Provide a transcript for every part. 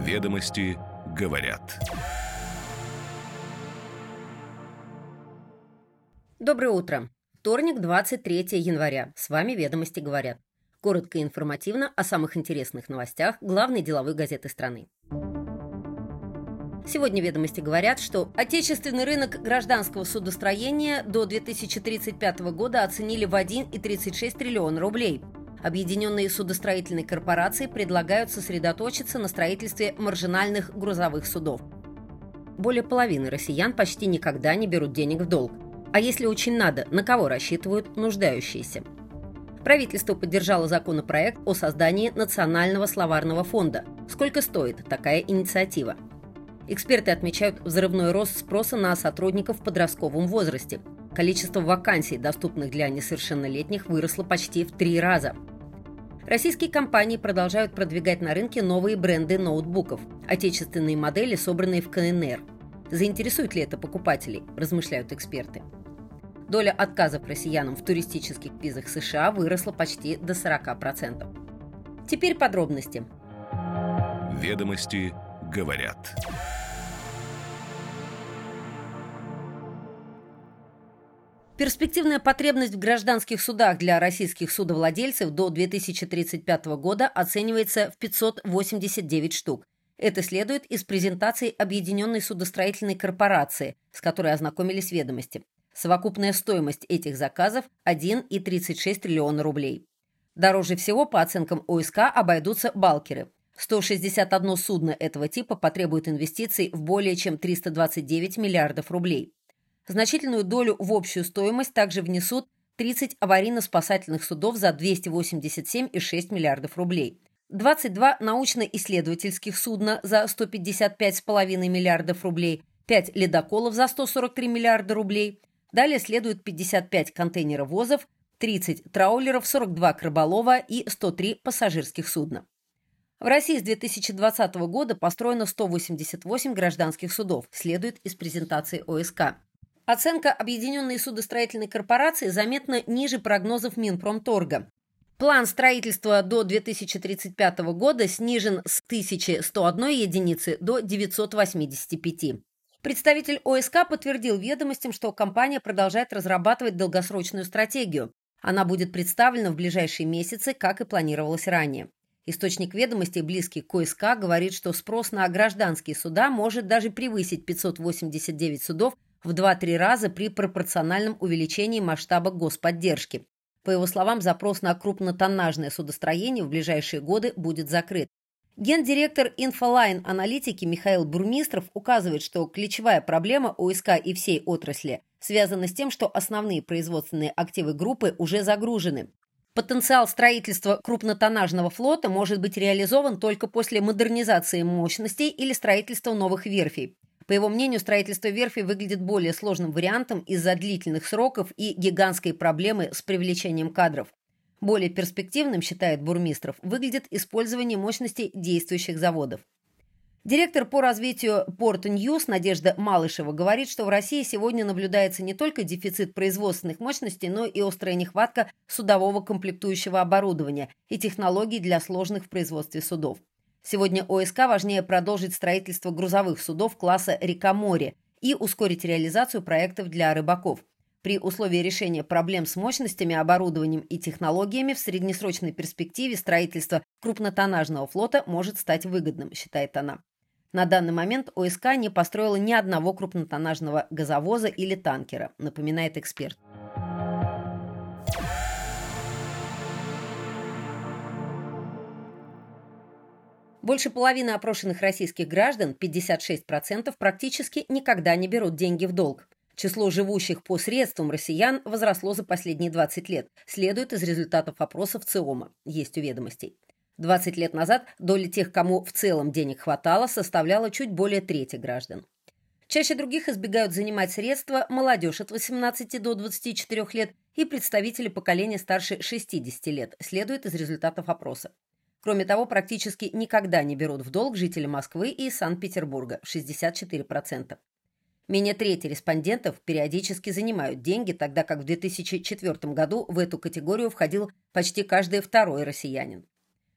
Ведомости говорят. Доброе утро. Вторник, 23 января. С вами «Ведомости говорят». Коротко и информативно о самых интересных новостях главной деловой газеты страны. Сегодня «Ведомости говорят», что отечественный рынок гражданского судостроения до 2035 года оценили в 1,36 триллиона рублей. Объединенные судостроительные корпорации предлагают сосредоточиться на строительстве маржинальных грузовых судов. Более половины россиян почти никогда не берут денег в долг. А если очень надо, на кого рассчитывают нуждающиеся? Правительство поддержало законопроект о создании Национального словарного фонда. Сколько стоит такая инициатива? Эксперты отмечают взрывной рост спроса на сотрудников в подростковом возрасте. Количество вакансий, доступных для несовершеннолетних, выросло почти в 3 раза. Российские компании продолжают продвигать на рынке новые бренды ноутбуков, отечественные модели, собранные в КНР. Заинтересует ли это покупателей, размышляют эксперты. Доля отказов россиянам в туристических визах США выросла почти до 40%. Теперь подробности. Ведомости говорят. Перспективная потребность в гражданских судах для российских судовладельцев до 2035 года оценивается в 589 штук. Это следует из презентации Объединенной судостроительной корпорации, с которой ознакомились «Ведомости». Совокупная стоимость этих заказов – 1,36 триллиона рублей. Дороже всего, по оценкам ОСК, обойдутся балкеры. 161 судно этого типа потребует инвестиций в более чем 329 миллиардов рублей. Значительную долю в общую стоимость также внесут 30 аварийно-спасательных судов за 287,6 миллиардов рублей, 22 научно-исследовательских судна за 155,5 миллиардов рублей, 5 ледоколов за 143 миллиарда рублей. Далее следует 55 контейнеровозов, 30 траулеров, 42 краболова и 103 пассажирских судна. В России с 2020 года построено 188 гражданских судов, следует из презентации ОСК. Оценка Объединенной судостроительной корпорации заметно ниже прогнозов Минпромторга. План строительства до 2035 года снижен с 1101 единицы до 985. Представитель ОСК подтвердил «Ведомостям», что компания продолжает разрабатывать долгосрочную стратегию. Она будет представлена в ближайшие месяцы, как и планировалось ранее. Источник «Ведомостей», близкий к ОСК, говорит, что спрос на гражданские суда может даже превысить 589 судов в 2-3 раза при пропорциональном увеличении масштаба господдержки. По его словам, запрос на крупнотоннажное судостроение в ближайшие годы будет закрыт. Гендиректор Инфолайн аналитики Михаил Бурмистров указывает, что ключевая проблема ОСК и всей отрасли связана с тем, что основные производственные активы группы уже загружены. Потенциал строительства крупнотоннажного флота может быть реализован только после модернизации мощностей или строительства новых верфей. По его мнению, строительство верфей выглядит более сложным вариантом из-за длительных сроков и гигантской проблемы с привлечением кадров. Более перспективным, считает Бурмистров, выглядит использование мощностей действующих заводов. Директор по развитию Port News Надежда Малышева говорит, что в России сегодня наблюдается не только дефицит производственных мощностей, но и острая нехватка судового комплектующего оборудования и технологий для сложных в производстве судов. Сегодня ОСК важнее продолжить строительство грузовых судов класса «Река-море» и ускорить реализацию проектов для рыбаков. При условии решения проблем с мощностями, оборудованием и технологиями в среднесрочной перспективе строительство крупнотоннажного флота может стать выгодным, считает она. На данный момент ОСК не построила ни одного крупнотоннажного газовоза или танкера, напоминает эксперт. Больше половины опрошенных российских граждан, 56%, практически никогда не берут деньги в долг. Число живущих по средствам россиян возросло за последние 20 лет, следует из результатов опросов ЦИОМа, есть у «Ведомостей». 20 лет назад доля тех, кому в целом денег хватало, составляла чуть более трети граждан. Чаще других избегают занимать средства молодежь от 18 до 24 лет и представители поколения старше 60 лет, следует из результатов опроса. Кроме того, практически никогда не берут в долг жители Москвы и Санкт-Петербурга – 64%. Менее трети респондентов периодически занимают деньги, тогда как в 2004 году в эту категорию входил почти каждый второй россиянин.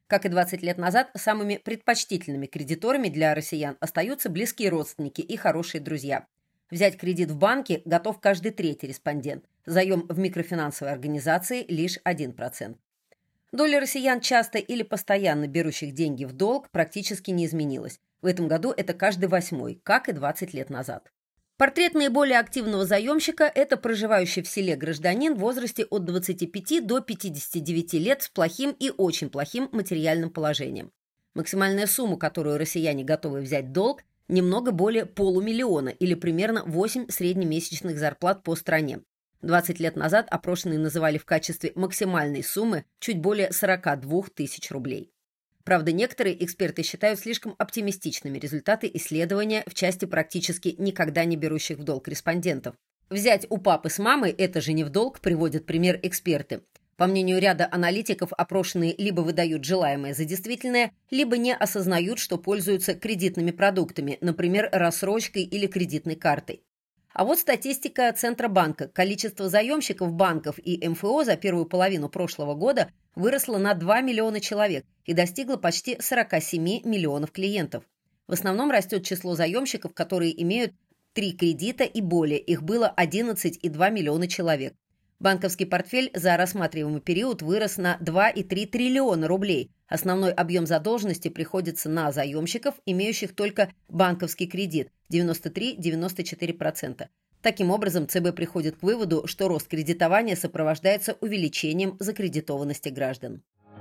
Как и 20 лет назад, самыми предпочтительными кредиторами для россиян остаются близкие родственники и хорошие друзья. Взять кредит в банке готов каждый третий респондент. Заем в микрофинансовой организации лишь 1%. Доля россиян, часто или постоянно берущих деньги в долг, практически не изменилась. В этом году это каждый восьмой, как и 20 лет назад. Портрет наиболее активного заемщика – это проживающий в селе гражданин в возрасте от 25 до 59 лет с плохим и очень плохим материальным положением. Максимальная сумма, которую россияне готовы взять в долг, немного более полумиллиона или примерно 8 среднемесячных зарплат по стране. 20 лет назад опрошенные называли в качестве максимальной суммы чуть более 42 тысяч рублей. Правда, некоторые эксперты считают слишком оптимистичными результаты исследования в части практически никогда не берущих в долг респондентов. Взять у папы с мамой – это же не в долг, приводят пример эксперты. По мнению ряда аналитиков, опрошенные либо выдают желаемое за действительное, либо не осознают, что пользуются кредитными продуктами, например, рассрочкой или кредитной картой. А вот статистика Центробанка. Количество заемщиков банков и МФО за первую половину прошлого года выросло на 2 миллиона человек и достигло почти 47 миллионов клиентов. В основном растет число заемщиков, которые имеют 3 кредита и более. Их было 11,2 миллиона человек. Банковский портфель за рассматриваемый период вырос на 2,3 триллиона рублей. Основной объем задолженности приходится на заемщиков, имеющих только банковский кредит – 93-94%. Таким образом, ЦБ приходит к выводу, что рост кредитования сопровождается увеличением закредитованности граждан.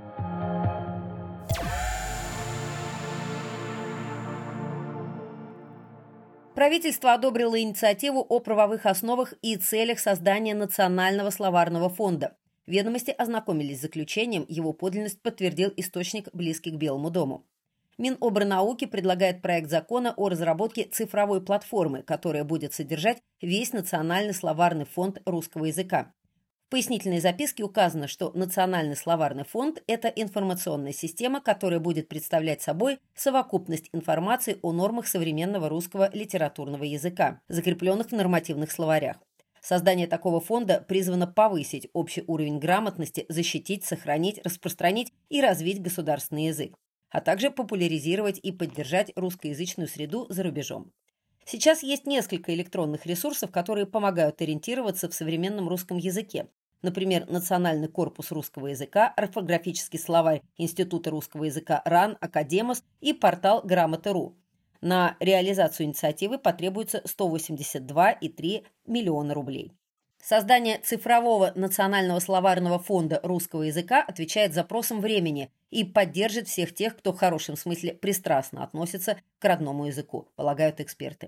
Правительство одобрило инициативу о правовых основах и целях создания Национального словарного фонда. Ведомости ознакомились с заключением, его подлинность подтвердил источник, близкий к Белому дому. Минобрнауки предлагает проект закона о разработке цифровой платформы, которая будет содержать весь Национальный словарный фонд русского языка. В пояснительной записке указано, что Национальный словарный фонд – это информационная система, которая будет представлять собой совокупность информации о нормах современного русского литературного языка, закрепленных в нормативных словарях. Создание такого фонда призвано повысить общий уровень грамотности, защитить, сохранить, распространить и развить государственный язык, а также популяризировать и поддержать русскоязычную среду за рубежом. Сейчас есть несколько электронных ресурсов, которые помогают ориентироваться в современном русском языке. Например, Национальный корпус русского языка, орфографический словарь Института русского языка РАН, Академос и портал Грамота.ру. На реализацию инициативы потребуется 182,3 миллиона рублей. Создание цифрового национального словарного фонда русского языка отвечает запросам времени и поддержит всех тех, кто в хорошем смысле пристрастно относится к родному языку, полагают эксперты.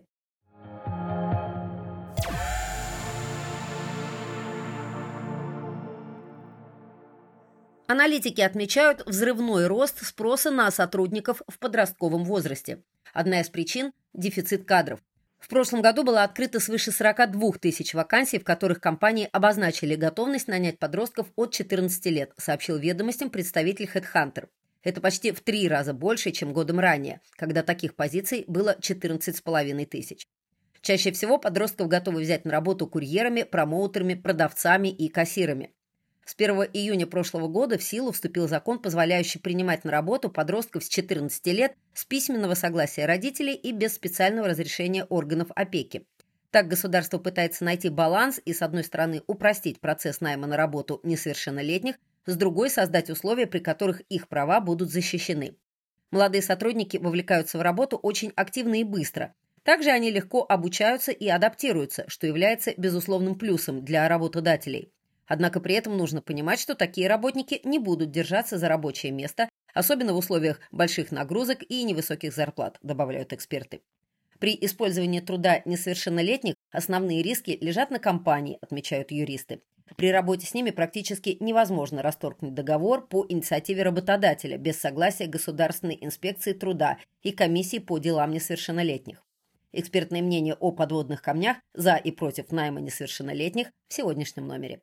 Аналитики отмечают взрывной рост спроса на сотрудников в подростковом возрасте. Одна из причин – дефицит кадров. В прошлом году было открыто свыше 42 тысяч вакансий, в которых компании обозначили готовность нанять подростков от 14 лет, сообщил ведомостям представитель HeadHunter. Это почти в 3 раза больше, чем годом ранее, когда таких позиций было 14,5 тысяч. Чаще всего подростков готовы взять на работу курьерами, промоутерами, продавцами и кассирами. С 1 июня прошлого года в силу вступил закон, позволяющий принимать на работу подростков с 14 лет с письменного согласия родителей и без специального разрешения органов опеки. Так государство пытается найти баланс и, с одной стороны, упростить процесс найма на работу несовершеннолетних, с другой – создать условия, при которых их права будут защищены. Молодые сотрудники вовлекаются в работу очень активно и быстро. Также они легко обучаются и адаптируются, что является безусловным плюсом для работодателей. Однако при этом нужно понимать, что такие работники не будут держаться за рабочее место, особенно в условиях больших нагрузок и невысоких зарплат, добавляют эксперты. При использовании труда несовершеннолетних основные риски лежат на компании, отмечают юристы. При работе с ними практически невозможно расторгнуть договор по инициативе работодателя без согласия Государственной инспекции труда и комиссии по делам несовершеннолетних. Экспертное мнение о подводных камнях за и против найма несовершеннолетних в сегодняшнем номере.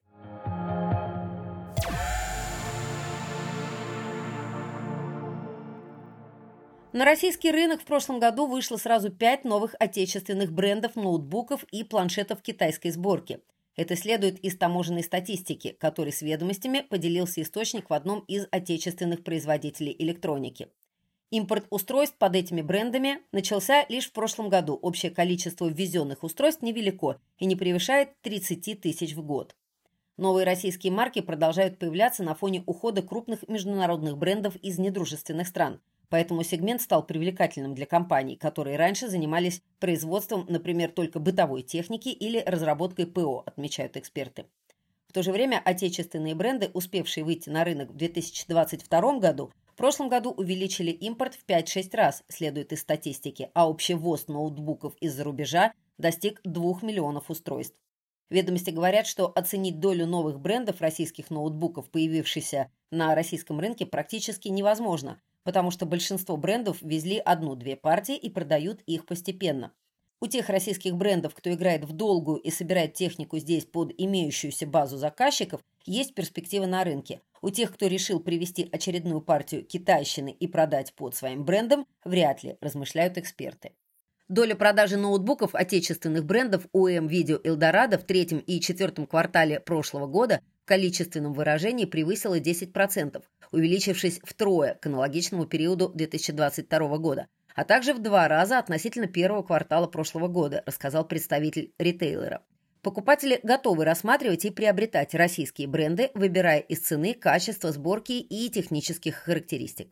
На российский рынок в прошлом году вышло сразу 5 новых отечественных брендов ноутбуков и планшетов китайской сборки. Это следует из таможенной статистики, которой с ведомостями поделился источник в одном из отечественных производителей электроники. Импорт устройств под этими брендами начался лишь в прошлом году. Общее количество ввезенных устройств невелико и не превышает 30 тысяч в год. Новые российские марки продолжают появляться на фоне ухода крупных международных брендов из недружественных стран. Поэтому сегмент стал привлекательным для компаний, которые раньше занимались производством, например, только бытовой техники или разработкой ПО, отмечают эксперты. В то же время отечественные бренды, успевшие выйти на рынок в 2022 году, в прошлом году увеличили импорт в 5-6 раз, следует из статистики, а общий ввоз ноутбуков из-за рубежа достиг 2 миллионов устройств. Ведомости говорят, что оценить долю новых брендов российских ноутбуков, появившихся на российском рынке, практически невозможно, потому что большинство брендов ввезли 1-2 партии и продают их постепенно. У тех российских брендов, кто играет в долгую и собирает технику здесь под имеющуюся базу заказчиков, есть перспектива на рынке. У тех, кто решил привезти очередную партию китайщины и продать под своим брендом, вряд ли, размышляют эксперты. Доля продажи ноутбуков отечественных брендов УМ Видео Эльдорадо в третьем и четвертом квартале прошлого года в количественном выражении превысила 10%, увеличившись втрое к аналогичному периоду 2022 года, а также в 2 раза относительно первого квартала прошлого года, рассказал представитель ритейлера. Покупатели готовы рассматривать и приобретать российские бренды, выбирая из цены, качества, сборки и технических характеристик.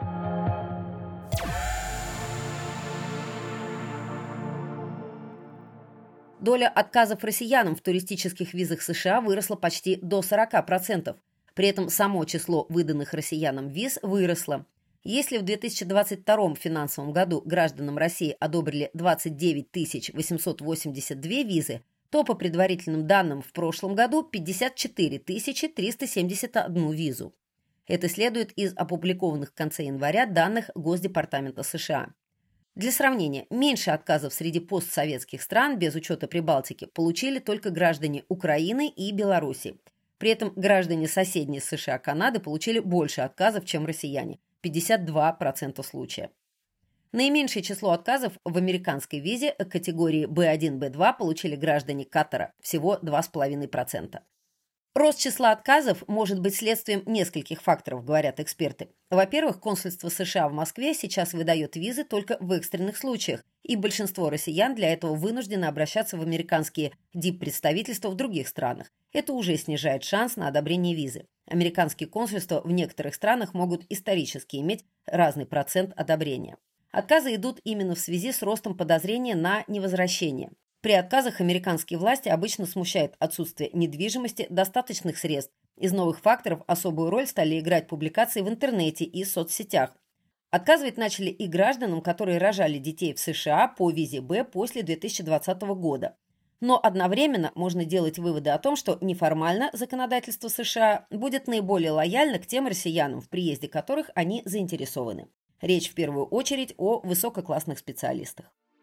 Доля отказов россиянам в туристических визах США выросла почти до 40%. При этом само число выданных россиянам виз выросло. Если в 2022 финансовом году гражданам России одобрили 29 882 визы, то по предварительным данным в прошлом году 54 371 визу. Это следует из опубликованных в конце января данных Госдепартамента США. Для сравнения, меньше отказов среди постсоветских стран, без учета Прибалтики, получили только граждане Украины и Беларуси. При этом граждане соседней США Канады получили больше отказов, чем россияне – 52% случаев. Наименьшее число отказов в американской визе категории B1, B2 получили граждане Катара – всего 2,5%. Рост числа отказов может быть следствием нескольких факторов, говорят эксперты. Во-первых, консульство США в Москве сейчас выдает визы только в экстренных случаях, и большинство россиян для этого вынуждены обращаться в американские диппредставительства в других странах. Это уже снижает шанс на одобрение визы. Американские консульства в некоторых странах могут исторически иметь разный процент одобрения. Отказы идут именно в связи с ростом подозрения на невозвращение. При отказах американские власти обычно смущает отсутствие недвижимости, достаточных средств. Из новых факторов особую роль стали играть публикации в интернете и соцсетях. Отказывать начали и гражданам, которые рожали детей в США по визе Б после 2020 года. Но одновременно можно делать выводы о том, что неформально законодательство США будет наиболее лояльно к тем россиянам, в приезде которых они заинтересованы. Речь в первую очередь о высококлассных специалистах.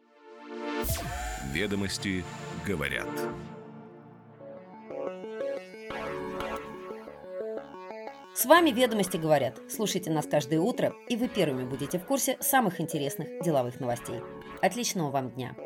Ведомости говорят. С вами «Ведомости говорят». Слушайте нас каждое утро, и вы первыми будете в курсе самых интересных деловых новостей. Отличного вам дня!